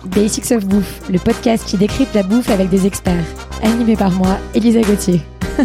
Basics of Bouffe, le podcast qui décrypte la bouffe avec des experts. Animé par moi, Elisa Gauthier.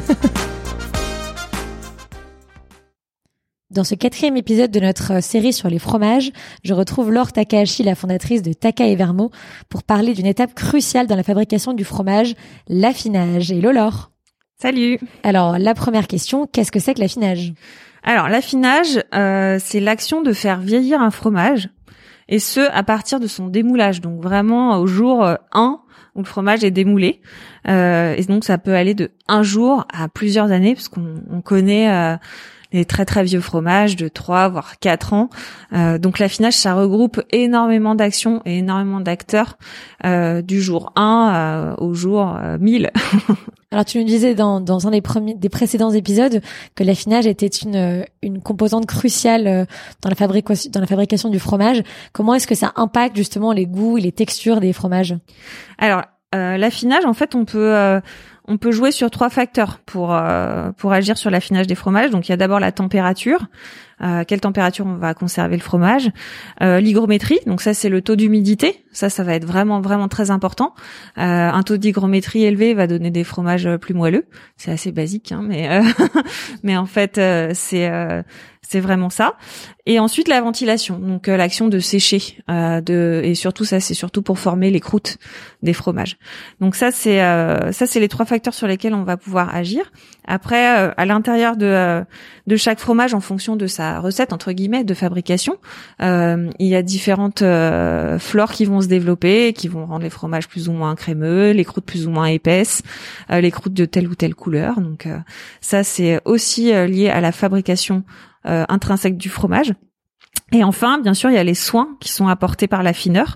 Dans ce 4e épisode de notre série sur les fromages, je retrouve Laure Takahashi, la fondatrice de Taka & Vermo, pour parler d'une étape cruciale dans la fabrication du fromage, l'affinage. Hello Laure. Salut. Alors, la première question, qu'est-ce que c'est que l'affinage ? Alors, l'affinage, c'est l'action de faire vieillir un fromage, et ce, à partir de son démoulage. Donc, vraiment au jour 1, où le fromage est démoulé. Et donc, ça peut aller de 1 jour à plusieurs années, parce qu'on connaît les très très vieux fromages de 3 voire 4 ans. Donc l'affinage, ça regroupe énormément d'actions et énormément d'acteurs du jour 1 au jour 1000. Alors tu nous disais dans un des précédents épisodes que l'affinage était une composante cruciale dans la fabrication du fromage. Comment est-ce que ça impacte justement les goûts et les textures des fromages ? Alors l'affinage, en fait, on peut jouer sur 3 facteurs pour agir sur l'affinage des fromages. Donc il y a d'abord la température, quelle température on va conserver le fromage, l'hygrométrie, donc ça c'est le taux d'humidité, ça va être vraiment vraiment très important. Un taux d'hygrométrie élevé va donner des fromages plus moelleux, c'est assez basique hein, mais en fait c'est vraiment ça. Et ensuite la ventilation, donc l'action de sécher, et surtout ça c'est surtout pour former les croûtes des fromages. Donc ça c'est les 3 facteurs sur lesquels on va pouvoir agir. Après à l'intérieur de chaque fromage, en fonction de sa recette entre guillemets de fabrication, il y a différentes flores qui vont se développer, qui vont rendre les fromages plus ou moins crémeux, les croûtes plus ou moins épaisses, les croûtes de telle ou telle couleur. Donc ça c'est aussi lié à la fabrication intrinsèque du fromage. Et enfin, bien sûr, il y a les soins qui sont apportés par l'affineur.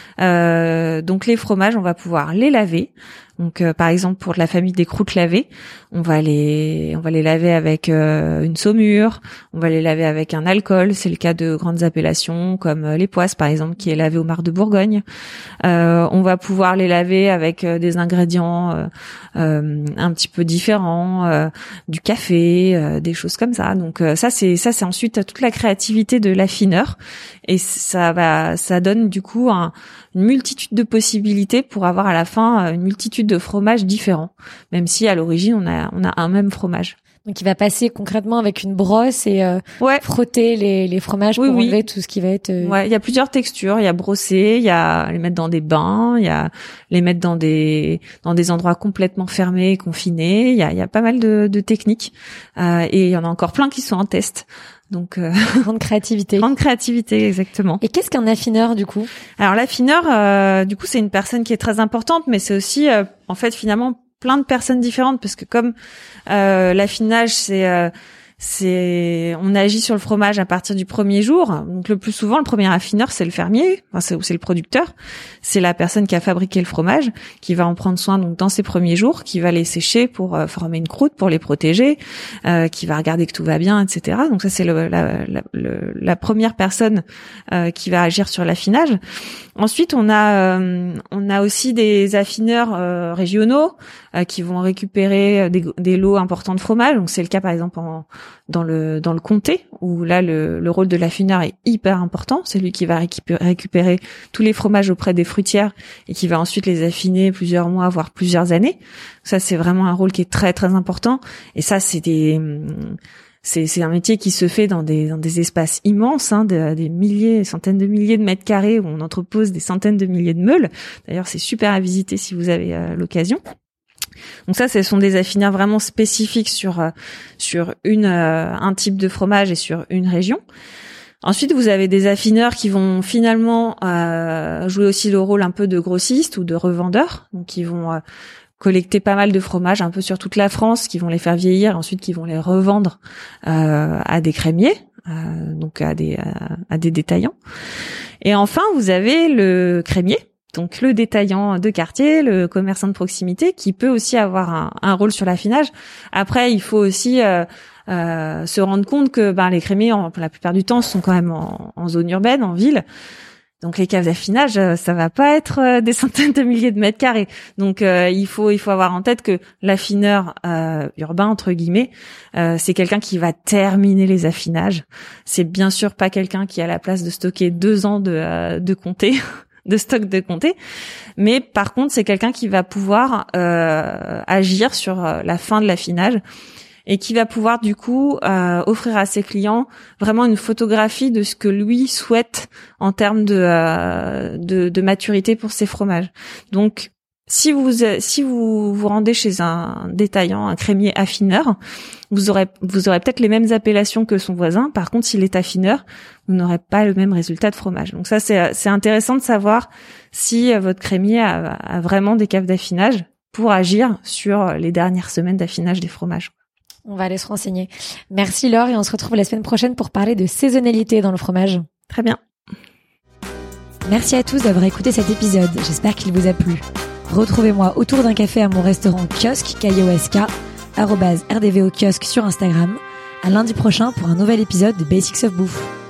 Donc les fromages, on va pouvoir les laver. Donc par exemple pour la famille des croûtes lavées, on va les laver avec une saumure, on va les laver avec un alcool, c'est le cas de grandes appellations comme les poisses par exemple qui est lavé au marc de Bourgogne. On va pouvoir les laver avec des ingrédients un petit peu différents, du café, des choses comme ça. Donc ça c'est ensuite toute la créativité de l'affineur et ça donne du coup une multitude de possibilités pour avoir à la fin une multitude de fromages différents, même si à l'origine on a un même fromage. Donc il va passer concrètement avec une brosse et frotter les fromages pour enlever tout ce qui va être... Ouais, il y a plusieurs textures, il y a brosser, il y a les mettre dans des bains, il y a les mettre dans des endroits complètement fermés, confinés, il y a pas mal de techniques et il y en a encore plein qui sont en test. Donc grande créativité. Grande créativité, exactement. Et qu'est-ce qu'un affineur du coup ? Alors l'affineur, du coup, c'est une personne qui est très importante, mais c'est aussi en fait finalement plein de personnes différentes parce que comme l'affinage on agit sur le fromage à partir du premier jour. Donc le plus souvent, le premier affineur, c'est le fermier, c'est le producteur. C'est la personne qui a fabriqué le fromage, qui va en prendre soin donc dans ses premiers jours, qui va les sécher pour former une croûte, pour les protéger, qui va regarder que tout va bien, etc. Donc ça, c'est la première personne qui va agir sur l'affinage. Ensuite, on a aussi des affineurs régionaux qui vont récupérer des lots importants de fromage. Donc c'est le cas par exemple dans le comté où là le rôle de l'affineur est hyper important. C'est lui qui va récupérer tous les fromages auprès des fruitières et qui va ensuite les affiner plusieurs mois voire plusieurs années. Ça c'est vraiment un rôle qui est très très important et ça c'est un métier qui se fait dans des espaces immenses, hein, des milliers, centaines de milliers de mètres carrés où on entrepose des centaines de milliers de meules. D'ailleurs, c'est super à visiter si vous avez l'occasion. Donc ça, ce sont des affineurs vraiment spécifiques sur un type de fromage et sur une région. Ensuite, vous avez des affineurs qui vont finalement jouer aussi le rôle un peu de grossiste ou de revendeur. Donc, ils vont collecter pas mal de fromages un peu sur toute la France, qui vont les faire vieillir, ensuite qui vont les revendre à des crémiers, donc à des détaillants. Et enfin, vous avez le crémier, donc le détaillant de quartier, le commerçant de proximité, qui peut aussi avoir un rôle sur l'affinage. Après, il faut aussi se rendre compte que les crémiers, la plupart du temps, sont quand même en zone urbaine, en ville. Donc les caves d'affinage, ça va pas être des centaines de milliers de mètres carrés. Donc il faut avoir en tête que l'affineur urbain entre guillemets, c'est quelqu'un qui va terminer les affinages. C'est bien sûr pas quelqu'un qui a la place de stocker 2 ans de comté. de stock de comté. Mais par contre, c'est quelqu'un qui va pouvoir agir sur la fin de l'affinage et qui va pouvoir du coup offrir à ses clients vraiment une photographie de ce que lui souhaite en termes de maturité pour ses fromages. Donc si vous vous rendez chez un détaillant, un crémier affineur, vous aurez peut-être les mêmes appellations que son voisin. Par contre, s'il est affineur, vous n'aurez pas le même résultat de fromage. Donc ça, c'est intéressant de savoir si votre crémier a vraiment des caves d'affinage pour agir sur les dernières semaines d'affinage des fromages. On va aller se renseigner. Merci Laure, et on se retrouve la semaine prochaine pour parler de saisonnalité dans le fromage. Très bien. Merci à tous d'avoir écouté cet épisode. J'espère qu'il vous a plu. Retrouvez-moi autour d'un café à mon restaurant kiosque, KIOSK, @RDVO kiosque sur Instagram. À lundi prochain pour un nouvel épisode de Basics of Bouffe.